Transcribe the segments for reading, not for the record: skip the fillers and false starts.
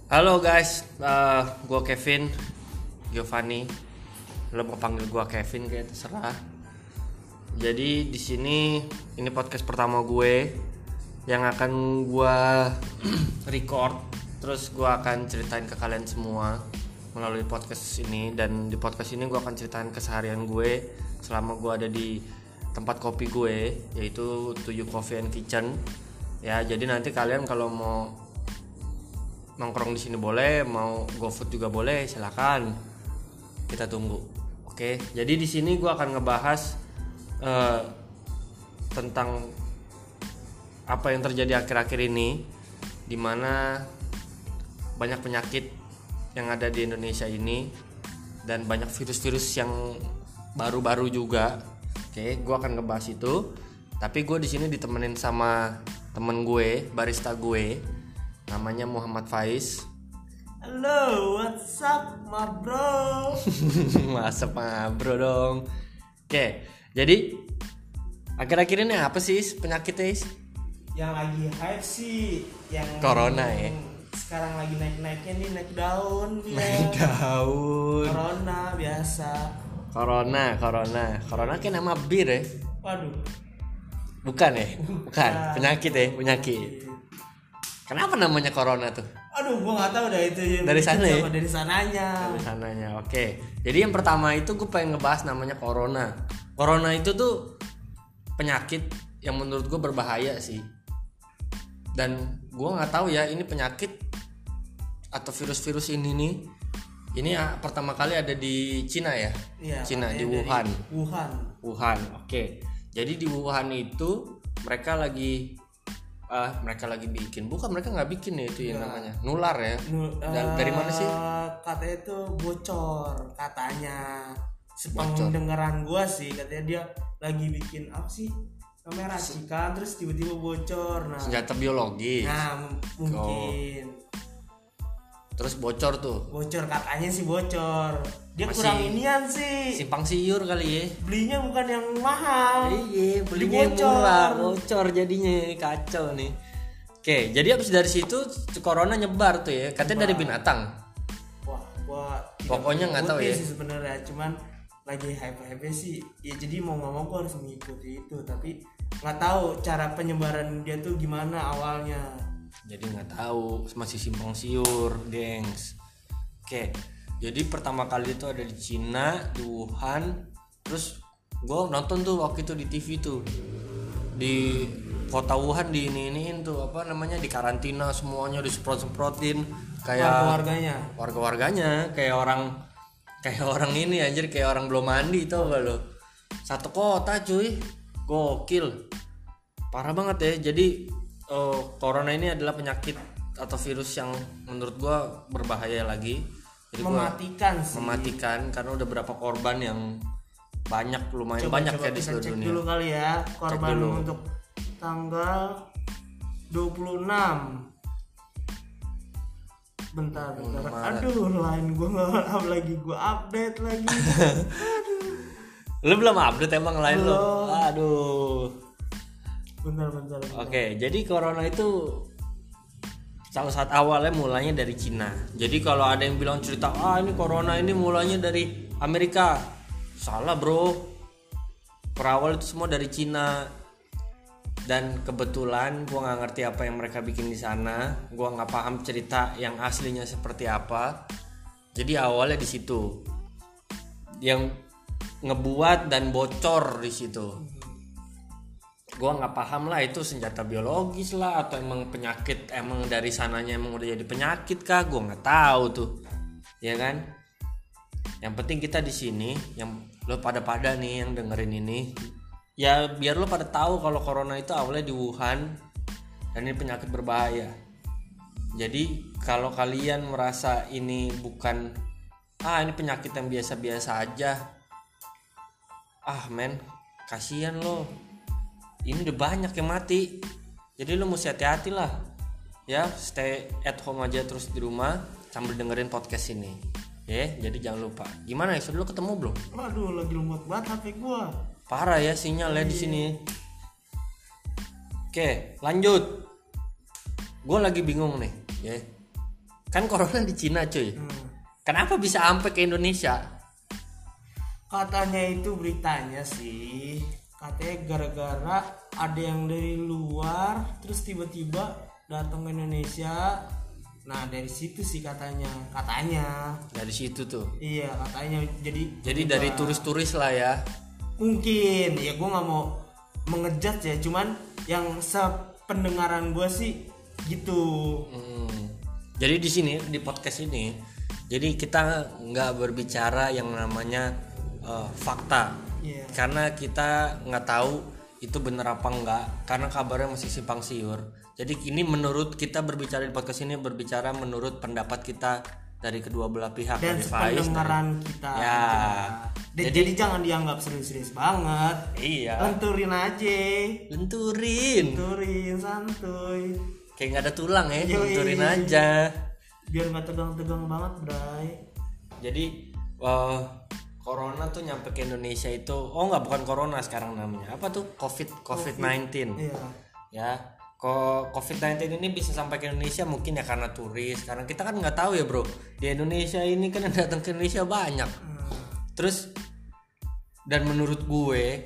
Halo guys, gue Kevin Giovanni. Lo mau panggil gue Kevin kayak terserah. Jadi di sini ini podcast pertama gue yang akan gue record. Terus gue akan ceritain ke kalian semua melalui podcast ini. Dan di podcast ini gue akan ceritain keseharian gue selama gue ada di tempat kopi gue, yaitu Tujuh Coffee and Kitchen. Ya, jadi nanti kalian kalau mau nongkrong di sini boleh, mau GoFood juga boleh, silakan. Kita tunggu. Oke, jadi di sini gue akan ngebahas tentang apa yang terjadi akhir-akhir ini, di mana banyak penyakit yang ada di Indonesia ini dan banyak virus-virus yang baru-baru juga. Oke, gue akan ngebahas itu. Tapi gue di sini ditemenin sama temen gue, barista gue. Namanya Muhammad Faiz. Halo, what's up, ma bro? Masa bro dong. Oke, jadi akhir-akhir ini apa sih penyakitnya? Yang lagi hype sih, yang Corona ya. Sekarang lagi naik-naiknya nih, naik daun dia. Naik daun. Corona biasa. Corona kan nama bir ya? Waduh. Bukan ya? Bukan. Penyakit ya, penyakit. Kenapa namanya Corona tuh? Aduh, gua nggak tahu dah itu. Dari sana ya? Dari sananya. Dari sananya, oke. Jadi yang pertama itu gue pengen ngebahas namanya Corona. Corona itu tuh penyakit yang menurut gue berbahaya sih. Dan gue nggak tahu ya ini penyakit atau virus-virus ini nih. Ini pertama kali ada di Cina ya? Iya, Cina di Wuhan. Wuhan, oke. Jadi di Wuhan itu mereka lagi bikin, bukan mereka nggak bikin ya itu yang namanya nular ya. Dan dari mana sih? Katanya itu bocor, katanya. Sependengaran gua sih, katanya dia lagi bikin apa sih? Namanya racikan, terus tiba-tiba bocor. Nah, Senjata biologis. Nah, mungkin. Terus bocor tuh. Bocor, katanya sih bocor. Dia Masih kurang inian sih. Simpang siur kali ya. Belinya bukan yang mahal. Iya, belinya yang murah, bocor jadinya kacau nih. Oke, jadi abis dari situ corona nyebar tuh ya. Katanya dari binatang. Wah, Pokoknya nggak tahu ya. Sih sebenarnya, cuman lagi hype sih. Ya jadi mau nggak mau gue harus mengikuti itu, tapi nggak tahu cara penyebaran dia tuh gimana awalnya. Jadi nggak tahu, masih simpang siur, gengs. Oke, jadi pertama kali itu ada di Cina, di Wuhan. Terus gue nonton tuh waktu itu di TV tuh, di kota Wuhan di iniin tuh apa namanya, di karantina semuanya, disemprot-semprotin kayak warga-warganya kayak orang ini anjir, kayak orang belum mandi tau gak lo. Satu kota cuy, gokil, parah banget ya. Jadi corona ini adalah penyakit atau virus yang menurut gua berbahaya lagi. Jadi mematikan karena udah berapa korban yang lumayan banyak ya di seluruh dunia. Cek dulu kali ya korban untuk tanggal 26. Bentar. Aduh, line gua nggak lagi, gua update lagi. Lu belum update emang line lo? Aduh. Bentar. Oke, jadi corona itu saat awalnya mulanya dari Cina. Jadi kalau ada yang bilang cerita ini corona ini mulanya dari Amerika, salah bro. Berawal itu semua dari Cina. Dan kebetulan gue nggak ngerti apa yang mereka bikin di sana. Gue nggak paham cerita yang aslinya seperti apa. Jadi awalnya di situ yang ngebuat dan bocor di situ. Gue nggak paham lah itu senjata biologis lah atau emang penyakit, emang dari sananya emang udah jadi penyakit kah, gue nggak tahu tuh, ya kan. Yang penting kita di sini, yang lo pada nih yang dengerin ini, ya biar lo pada tahu kalau corona itu awalnya di Wuhan dan ini penyakit berbahaya. Jadi kalau kalian merasa ini bukan ini penyakit yang biasa-biasa aja, men, kasihan lo. Ini udah banyak yang mati. Jadi lo mesti hati-hati lah. Ya, stay at home aja terus di rumah sambil dengerin podcast ini. Ya, jadi jangan lupa. Gimana ya, sudah lo ketemu belum? Waduh, lagi lemot banget HP gua. Parah ya sinyalnya di sini. Oke, lanjut. Gue lagi bingung nih, ya. Kan corona di Cina cuy. Kenapa bisa sampai ke Indonesia? Katanya itu beritanya sih, katanya gara-gara ada yang dari luar terus tiba-tiba datang ke Indonesia. Nah dari situ sih katanya. Dari situ tuh. Iya katanya. Jadi dari turis-turis lah ya. Mungkin ya, gue nggak mau mengejat ya, cuman yang sependengaran gue sih gitu. Jadi di sini di podcast ini, jadi kita nggak berbicara yang namanya fakta, karena kita nggak tahu itu benar apa enggak, karena kabarnya masih simpang siur. Jadi ini menurut kita berbicara di podcast ini, berbicara menurut pendapat kita dari kedua belah pihak, dan dari Faiz pendengaran kita ya. Jadi jangan dianggap serius-serius banget. Iya, Lenturin aja, lenturin santuy, kayak nggak ada tulang ya. Yoi. Lenturin aja biar nggak tegang-tegang banget, Bray. Jadi corona tuh nyampe ke Indonesia itu, bukan corona sekarang namanya, apa tuh, COVID-19. Iya. Ya, COVID-19 ini bisa sampai ke Indonesia mungkin ya karena turis, karena kita kan nggak tahu ya bro, di Indonesia ini kan yang datang ke Indonesia banyak. Terus dan menurut gue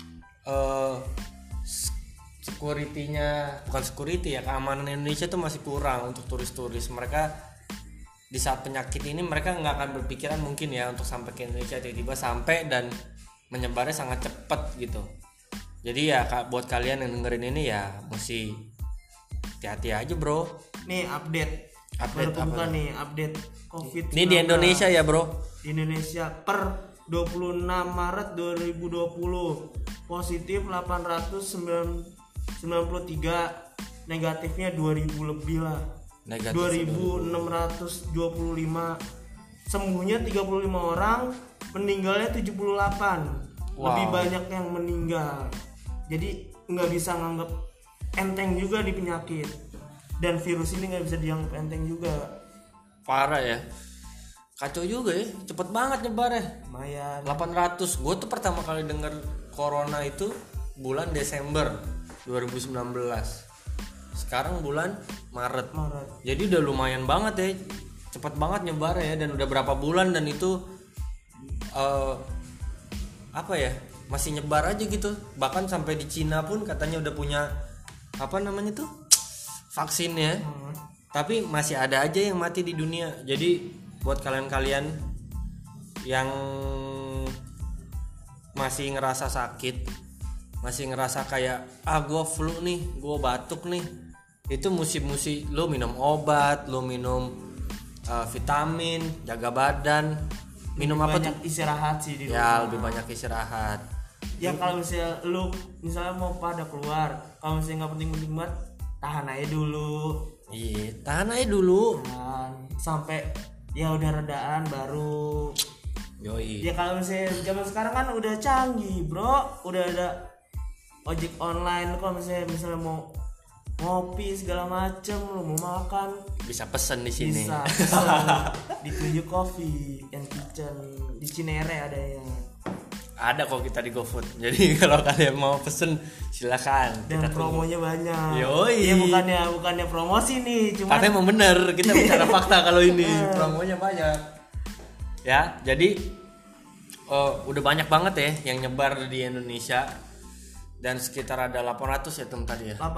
keamanan Indonesia tuh masih kurang untuk turis-turis. Mereka di saat penyakit ini mereka nggak akan berpikiran mungkin ya untuk sampai ke Indonesia, tiba-tiba sampai dan menyebarnya sangat cepat gitu. Jadi ya buat kalian yang dengerin ini ya mesti hati-hati aja bro. Nih update apa nih update COVID-19. Ini di Indonesia ya bro. Di Indonesia per 26 Maret 2020 positif 893, negatifnya 2000 lebih lah. Negatif 2625, sembuhnya 35 orang, meninggalnya 78. Wow. Lebih banyak yang meninggal. Jadi nggak bisa nganggap enteng juga di penyakit, dan virus ini nggak bisa dianggap enteng juga. Parah ya, kacau juga ya, cepet banget nyebarnya. Lumayan. 800. Gue tuh pertama kali denger corona itu bulan Desember 2019. Sekarang bulan Maret. Jadi udah lumayan banget ya, cepet banget nyebarnya ya, dan udah berapa bulan dan itu masih nyebar aja gitu. Bahkan sampai di Cina pun katanya udah punya vaksinnya. Tapi masih ada aja yang mati di dunia. Jadi buat kalian-kalian yang masih ngerasa sakit, masih ngerasa kayak gue flu nih, gue batuk nih, itu mesti lo minum obat, lo minum vitamin, jaga badan, minum apa tuh? Banyak istirahat sih di rumah. Ya lebih banyak istirahat. Ya kalau misalnya mau pada keluar, kalau misalnya nggak penting-penting banget, tahan aja dulu. Iya, tahan aja dulu. Sampai ya udah redaan baru. Yoi. Ya kalau misalnya zaman sekarang kan udah canggih bro, udah ada ojek online. Kalau misalnya mau ngopi segala macem, lo mau makan bisa pesen di sini. Bisa di Tujuh Coffee and Kitchen di Cinere ada yang. Ada kok kita di GoFood. Jadi kalau kalian mau pesen silakan. Dan kita promonya banyak. Yoi. Ya bukannya promosi nih, cuma katanya mau bener, kita bicara fakta kalau ini. Promonya banyak. Ya, jadi udah banyak banget ya yang nyebar di Indonesia, dan sekitar ada 800 ya tem tadi ya.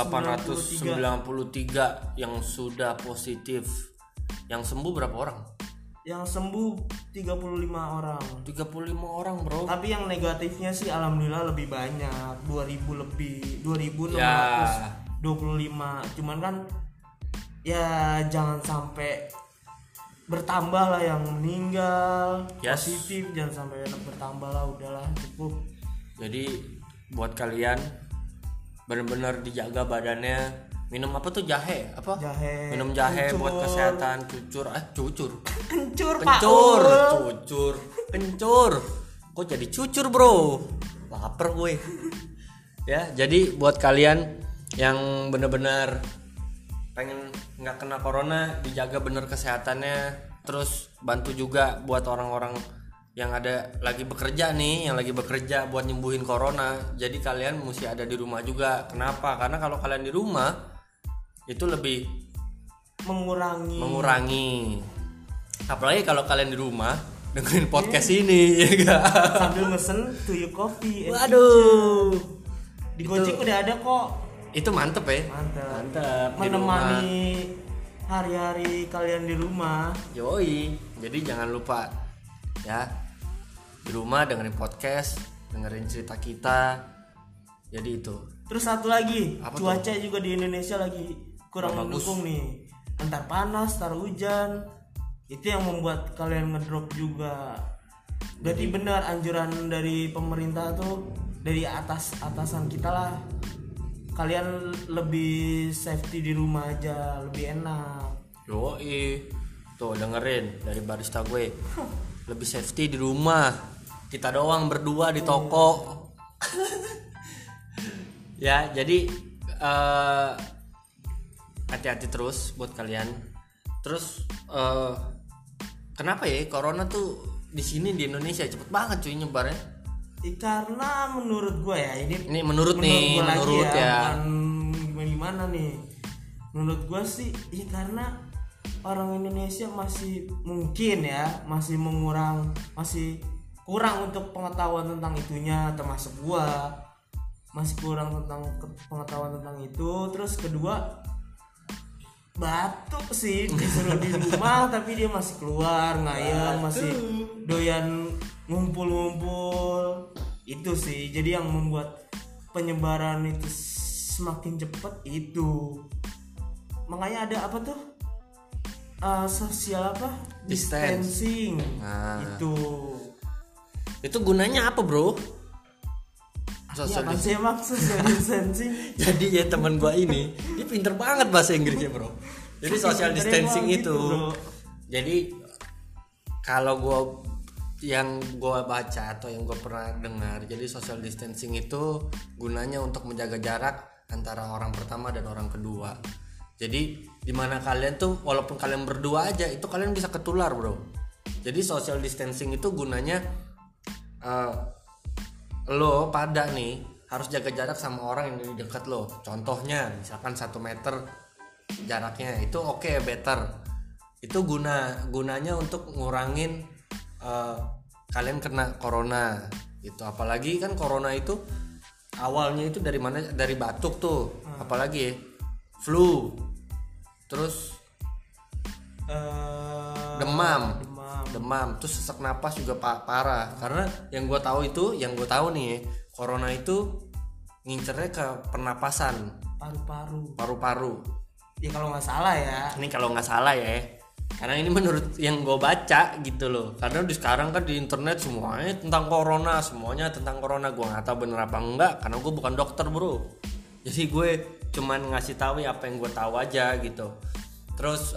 893 yang sudah positif. Yang sembuh berapa orang? Yang sembuh 35 orang. 35 orang, bro. Tapi yang negatifnya sih alhamdulillah lebih banyak, 2000 lebih, 2625. Ya. Cuman kan ya jangan sampai bertambah lah yang meninggal. Yes. Positif jangan sampai bertambah lah, udahlah cukup. Jadi buat kalian benar-benar dijaga badannya. Minum apa tuh, jahe minum jahe kencur. Buat kesehatan. Kencur kok jadi cucur bro, lapar gue. Ya, jadi buat kalian yang benar-benar pengen nggak kena corona, dijaga bener kesehatannya. Terus bantu juga buat orang-orang yang ada lagi bekerja nih, yang lagi bekerja buat nyembuhin corona. Jadi kalian mesti ada di rumah juga. Kenapa? Karena kalau kalian di rumah itu lebih mengurangi. Apalagi kalau kalian di rumah dengerin podcast ini ya gak? Sambil mesen tuyu coffee. Waduh, di Gojek udah ada kok. Itu mantep ya. Mantep. Menemani hari-hari kalian di rumah. Yoi. Jadi jangan lupa ya, di rumah dengerin podcast, dengerin cerita kita. Jadi itu. Terus satu lagi, apa cuaca juga di Indonesia lagi kurang mendukung nih. Entar panas, entar hujan. Itu yang membuat kalian ngedrop juga. Berarti benar anjuran dari pemerintah tuh, dari atasan kita lah. Kalian lebih safety di rumah aja, lebih enak. Yoi. Tuh dengerin dari barista gue. Lebih safety di rumah. Kita doang berdua di toko. Ya, jadi hati-hati terus buat kalian. Terus kenapa ya corona tuh di sini di Indonesia cepet banget cuy nyebarnya? Karena menurut gue ya, ini menurut gue menurut lagi ya. Bukan gimana nih? Menurut gue sih, karena orang Indonesia masih mungkin ya masih kurang untuk pengetahuan tentang itunya, termasuk gue masih kurang tentang pengetahuan tentang itu. Terus kedua, batuk sih disuruh di rumah tapi dia masih keluar ngayam, masih doyan ngumpul-ngumpul. Itu sih jadi yang membuat penyebaran itu semakin cepat itu. Makanya ada apa tuh social apa distancing. Itu gunanya apa bro? Social distancing. Jadi ya teman gua ini dia pinter banget bahasa Inggrisnya bro. Jadi social distancing itu bro. Jadi kalau yang gua baca atau yang gua pernah dengar, jadi social distancing itu gunanya untuk menjaga jarak antara orang pertama dan orang kedua. Jadi dimana kalian tuh walaupun kalian berdua aja itu kalian bisa ketular bro. Jadi social distancing itu gunanya lo pada nih harus jaga jarak sama orang yang di dekat lo. Contohnya misalkan 1 meter jaraknya itu oke, better. Itu gunanya untuk ngurangin kalian kena corona. Itu apalagi kan corona itu awalnya itu dari mana? Dari batuk tuh. Apalagi ya? Flu. Terus demam, terus sesak napas juga parah. Karena yang gue tahu nih, corona itu ngincernya ke pernapasan, paru-paru. Ya kalau nggak salah ya. Ini kalau nggak salah ya. Karena ini menurut yang gue baca gitu loh. Karena di sekarang kan di internet semuanya tentang corona. Gue nggak tahu bener apa enggak, karena gue bukan dokter bro. Jadi gue cuman ngasih tahu apa yang gue tahu aja gitu. Terus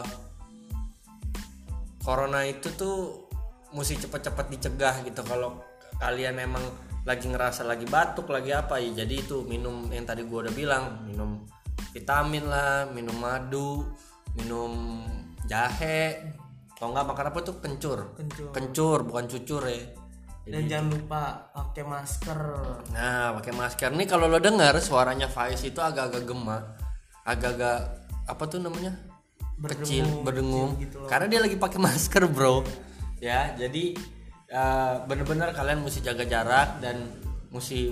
corona itu tuh mesti cepet-cepet dicegah gitu. Kalau kalian emang lagi ngerasa lagi batuk lagi apa ya, jadi itu minum yang tadi gue udah bilang, minum vitamin lah, minum madu, minum jahe, kalau nggak makan apa tuh kencur bukan cucur ya. Dan jangan lupa pakai masker. Nah, pakai masker nih. Kalau lo dengar suaranya Faiz itu agak-agak gemak, agak-agak apa tuh namanya, berdengung gitu loh. Karena dia lagi pakai masker bro. Ya, jadi benar-benar kalian mesti jaga jarak dan mesti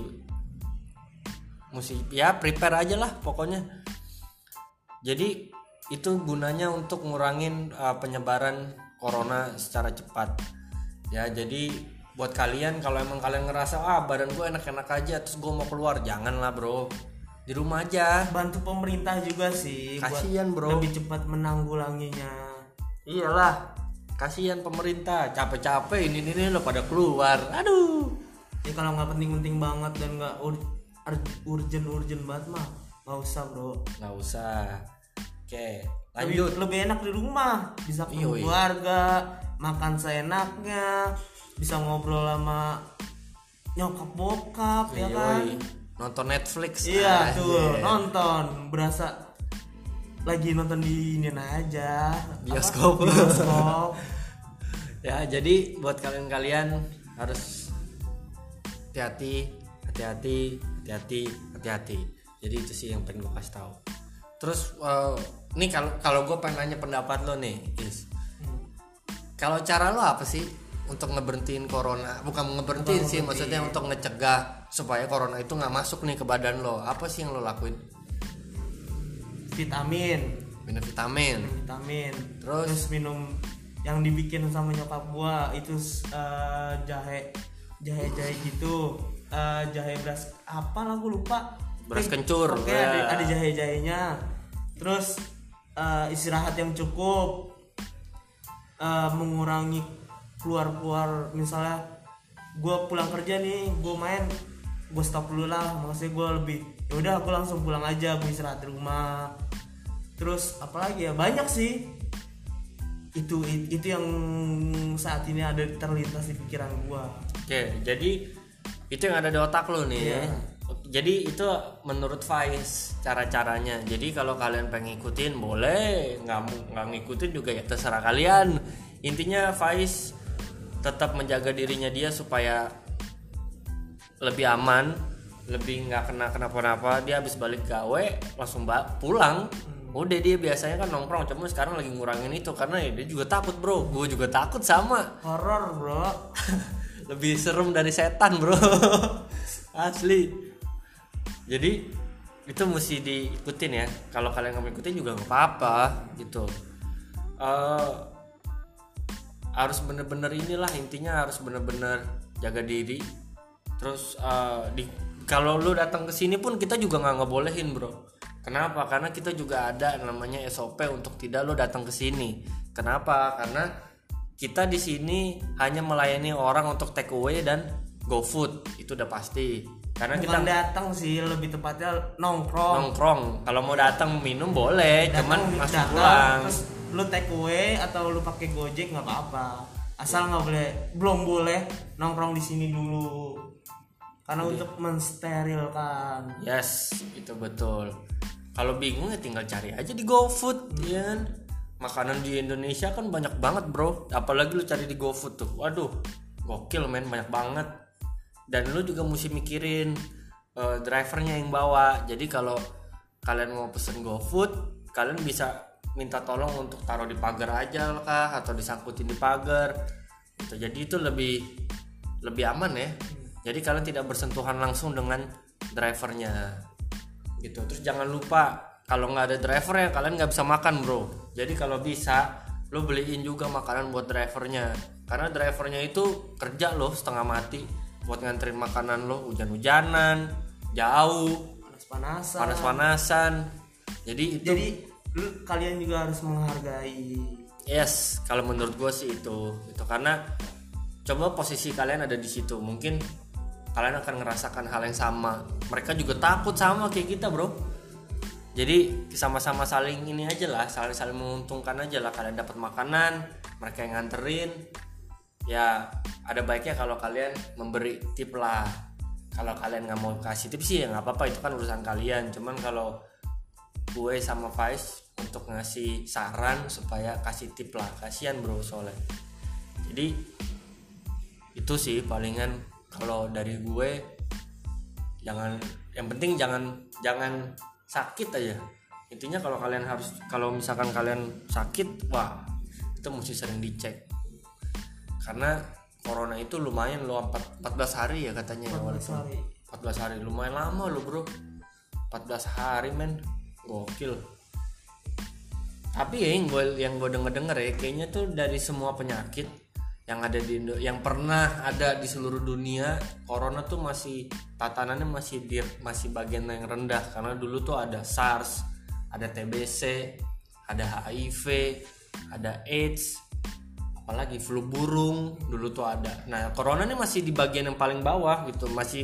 ya prepare aja lah pokoknya. Jadi itu gunanya untuk ngurangin penyebaran corona secara cepat. Ya, jadi buat kalian kalau emang kalian ngerasa badan gue enak-enak aja terus gue mau keluar, janganlah bro, di rumah aja. Bantu pemerintah juga sih, kasian bro, lebih cepat menanggulanginya. Iyalah, kasian pemerintah, capek-capek ini lo pada keluar. Aduh. Ya kalau nggak penting-penting banget dan nggak urgent banget mah nggak usah bro. Nggak usah. Oke, lanjut. Lebih enak di rumah, bisa keluarga, makan seenaknya, bisa ngobrol sama nyokap bokap. Ya kan, nonton Netflix. Iya tuh, nonton berasa lagi nonton di ini aja, bioskop. Ya, jadi buat kalian harus hati-hati. Jadi itu sih yang pengen gue kasih tahu. Terus nih kalau gue pengen nanya pendapat lo nih, Is. Kalau cara lo apa sih untuk ngeberhentiin corona? Bukan ngeberhentiin sih, maksudnya untuk ngecegah supaya corona itu nggak masuk nih ke badan lo. Apa sih yang lo lakuin? Minum vitamin. Terus minum yang dibikin sama nyokap gua itu jahe gitu, jahe beras apa lah gua lupa, beras kencur. Oke, ada jahe-jahenya. Terus istirahat yang cukup, mengurangi keluar misalnya gue pulang kerja nih, gue main, gue stop dulu lah, maksudnya gue lebih ya udah aku langsung pulang aja, gue istirahat di rumah. Terus apalagi ya, banyak sih itu yang saat ini ada terlintas di pikiran gue. Oke, jadi itu yang ada di otak lo nih. Iya. Jadi itu menurut Faiz cara-caranya. Jadi kalau kalian pengen ngikutin boleh, nggak ngikutin juga ya terserah kalian. Intinya Faiz tetap menjaga dirinya dia supaya lebih aman, lebih nggak kenapa-napa. Dia habis balik gawe langsung pulang. Udah dia biasanya kan nongkrong, cuma sekarang lagi ngurangin itu karena ya dia juga takut bro. Gue juga takut sama. Horor bro. Lebih serem dari setan bro. Asli. Jadi itu mesti diikutin ya. Kalau kalian nggak ngikutin juga nggak apa-apa gitu. Harus bener-bener inilah intinya, harus bener-bener jaga diri. Terus kalau lu datang ke sini pun kita juga nggak ngebolehin bro. Kenapa? Karena kita juga ada namanya SOP untuk tidak lu datang ke sini. Kenapa? Karena kita di sini hanya melayani orang untuk take away dan GoFood, itu udah pasti. Karena bukan kita datang sih, lebih tepatnya nongkrong. Kalau mau datang minum boleh, cuman masuk pulang. Terus lu take away atau lu pakai Gojek nggak apa-apa, asal belum boleh nongkrong di sini dulu, karena untuk mensterilkan. Yes, itu betul. Kalau bingung ya tinggal cari aja di GoFood, ya. Makanan di Indonesia kan banyak banget bro, apalagi lu cari di GoFood tuh, waduh, gokil men, banyak banget. Dan lu juga mesti mikirin drivernya yang bawa. Jadi kalau kalian mau pesen GoFood, kalian bisa minta tolong untuk taruh di pagar aja kah, atau disangkutin di pagar gitu. Jadi itu lebih aman ya. Jadi kalian tidak bersentuhan langsung dengan drivernya gitu. Terus jangan lupa kalau nggak ada driver ya kalian nggak bisa makan bro. Jadi kalau bisa lu beliin juga makanan buat drivernya, karena drivernya itu kerja loh setengah mati buat nganterin makanan lo, hujan-hujanan, jauh, panas-panasan. Jadi kalian juga harus menghargai. Yes, kalau menurut gue sih itu karena coba posisi kalian ada di situ, mungkin kalian akan ngerasakan hal yang sama. Mereka juga takut sama kayak kita bro. Jadi sama-sama saling ini aja lah, saling menguntungkan aja lah. Kalian dapat makanan, mereka yang nganterin. Ya ada baiknya kalau kalian memberi tip lah. Kalau kalian nggak mau kasih tip sih ya nggak apa-apa, itu kan urusan kalian. Cuman kalau gue sama Faiz untuk ngasih saran supaya kasih tip lah, kasihan bro soalnya. Jadi itu sih palingan kalau dari gue. Yang penting jangan sakit aja. Intinya kalau misalkan kalian sakit, wah itu mesti sering dicek. Karena corona itu lumayan loh, 14 hari ya katanya. 14 hari lumayan lama loh bro. 14 hari men, gokil. Tapi ya yang gue denger ya, kayaknya tuh dari semua penyakit yang ada di yang pernah ada di seluruh dunia, corona tuh masih tatanannya masih bagian yang rendah. Karena dulu tuh ada SARS, ada TBC, ada HIV, ada AIDS, apalagi flu burung dulu tuh ada. Nah corona ini masih di bagian yang paling bawah gitu, masih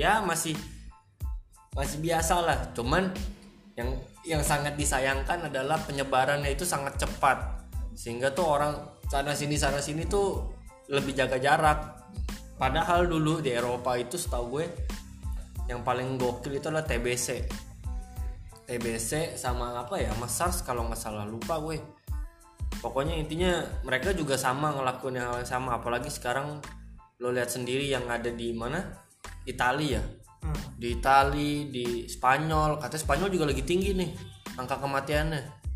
biasa lah. Cuman yang sangat disayangkan adalah penyebarannya itu sangat cepat, sehingga tuh orang sana sini tuh lebih jaga jarak. Padahal dulu di Eropa itu setahu gue yang paling gokil itu adalah TBC sama apa ya, sama SARS kalau nggak salah, lupa gue. Pokoknya intinya mereka juga sama ngelakuin hal yang sama. Apalagi sekarang lo lihat sendiri yang ada di mana, Italia ya. Di Italia, di Spanyol, katanya Spanyol juga lagi tinggi nih angka kematiannya.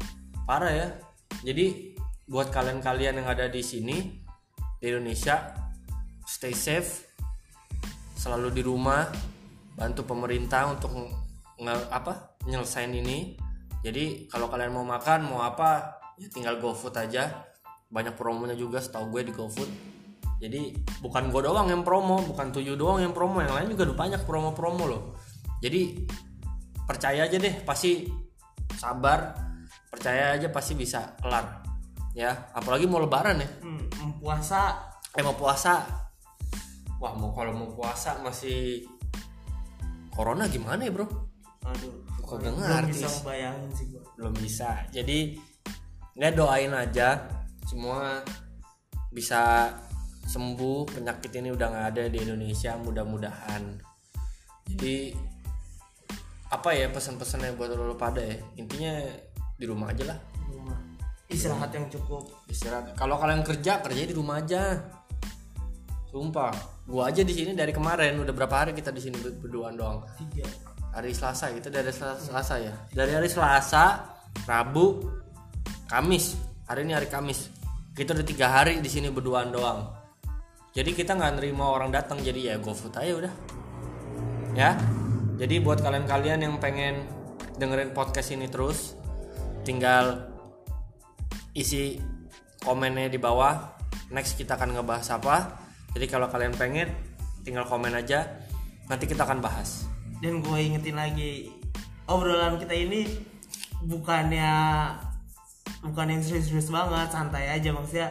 parah ya. Jadi buat kalian-kalian yang ada di sini di Indonesia, stay safe, selalu di rumah, bantu pemerintah untuk nyelesain ini. Jadi kalau kalian mau makan mau apa ya tinggal GoFood aja, banyak promonya juga setahu gue di GoFood. Jadi bukan gue doang yang promo, bukan Tuyu doang yang promo, yang lain juga udah banyak promo-promo loh. Jadi percaya aja deh, pasti sabar, percaya aja pasti bisa kelar ya. Apalagi mau lebaran ya, mau puasa. Wah, kalau mau puasa masih corona gimana ya bro? Aduh, kagak belum ngerti, bisa ngebayangin sih gua. belum bisa. Jadi nggak, doain aja semua bisa sembuh, penyakit ini udah nggak ada di Indonesia mudah-mudahan. Jadi apa ya pesan-pesannya buat lo pada ya, intinya di rumah aja lah, Istirahat yang cukup. istirahat. Kalau kalian kerja di rumah aja. Sumpah, gua aja di sini dari kemarin udah berapa hari kita di sini berduaan doang. 3 Hari Selasa, itu dari Selasa ya. Dari hari Selasa, Rabu, Kamis. Hari ini hari Kamis. Kita udah 3 hari di sini berduaan doang. Jadi kita nggak nerima orang datang, jadi ya GoFood aja udah. Ya. Jadi buat kalian-kalian yang pengen dengerin podcast ini terus, tinggal isi komennya di bawah. Next kita akan ngebahas apa. Jadi kalau kalian pengen, tinggal komen aja. Nanti kita akan bahas. Dan gue ingetin lagi, obrolan kita ini bukan yang serius-serius banget, santai aja maksudnya.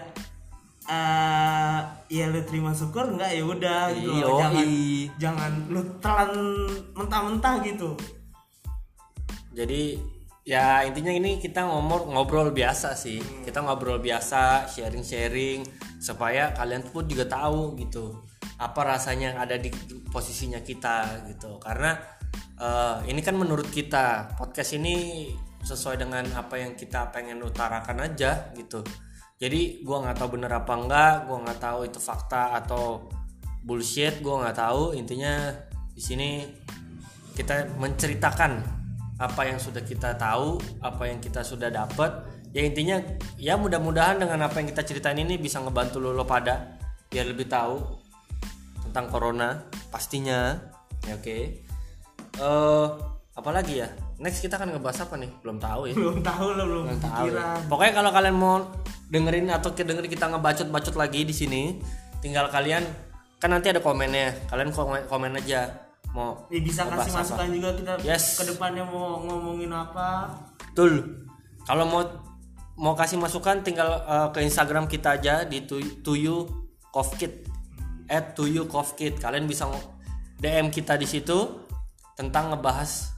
Ya lu terima syukur enggak ya udah gitu loh. Jangan lu telan mentah-mentah gitu. Jadi ya intinya ini kita ngobrol biasa sih. Kita ngobrol biasa, sharing supaya kalian pun juga tahu gitu apa rasanya yang ada di posisinya kita gitu. Karena ini kan menurut kita podcast ini sesuai dengan apa yang kita pengen utarakan aja gitu. Jadi gue nggak tahu bener apa enggak, gue nggak tahu itu fakta atau bullshit, gue nggak tahu. Intinya di sini kita menceritakan apa yang sudah kita tahu, apa yang kita sudah dapat. Ya intinya ya mudah-mudahan dengan apa yang kita ceritain ini bisa ngebantu lo pada biar lebih tahu tentang corona pastinya. Ya oke. Apalagi ya? Next kita akan ngebahas apa nih? Belum tahu ya. Belum tahu. Pokoknya kalau kalian mau dengerin atau dengerin kita ngebacot-bacot lagi di sini, tinggal kalian kan nanti ada komennya. Kalian komen aja mau bisa kasih masukan apa. Juga kita yes. Ke depannya mau ngomongin apa. Betul. Kalau mau kasih masukan tinggal ke Instagram kita aja di @tuyukofkit. Kalian bisa DM kita di situ tentang ngebahas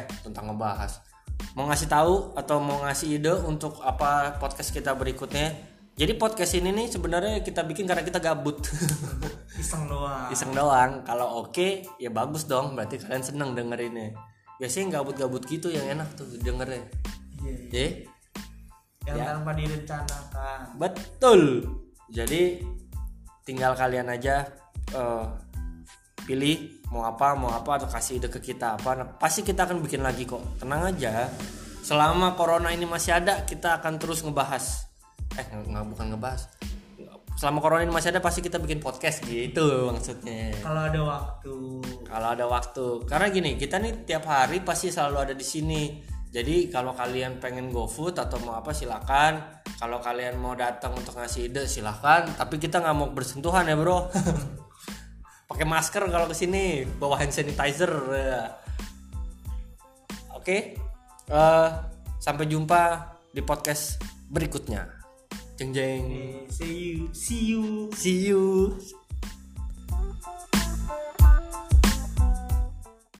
mau ngasih tahu atau mau ngasih ide untuk apa podcast kita berikutnya. Jadi podcast ini nih sebenarnya kita bikin karena kita gabut. Iseng doang. Kalau oke, ya bagus dong. Berarti kalian seneng dengerinnya. Biasanya gabut-gabut gitu yang enak tuh dengernya. Iya. Yang tanpa direncanakan. Betul. Jadi tinggal kalian aja pilih mau apa atau kasih ide ke kita apa. Pasti kita akan bikin lagi kok. Tenang aja. Selama corona ini masih ada, kita akan terus ngebahas. Bukan ngebahas. Selama corona ini masih ada pasti kita bikin podcast gitu maksudnya. Kalau ada waktu. Karena gini, kita nih tiap hari pasti selalu ada di sini. Jadi kalau kalian pengen GoFood atau mau apa silakan. Kalau kalian mau datang untuk ngasih ide silakan. Tapi kita nggak mau bersentuhan ya bro. Pakai masker kalau kesini, bawa hand sanitizer. Oke. Sampai jumpa di podcast berikutnya. Jeng jeng. See you.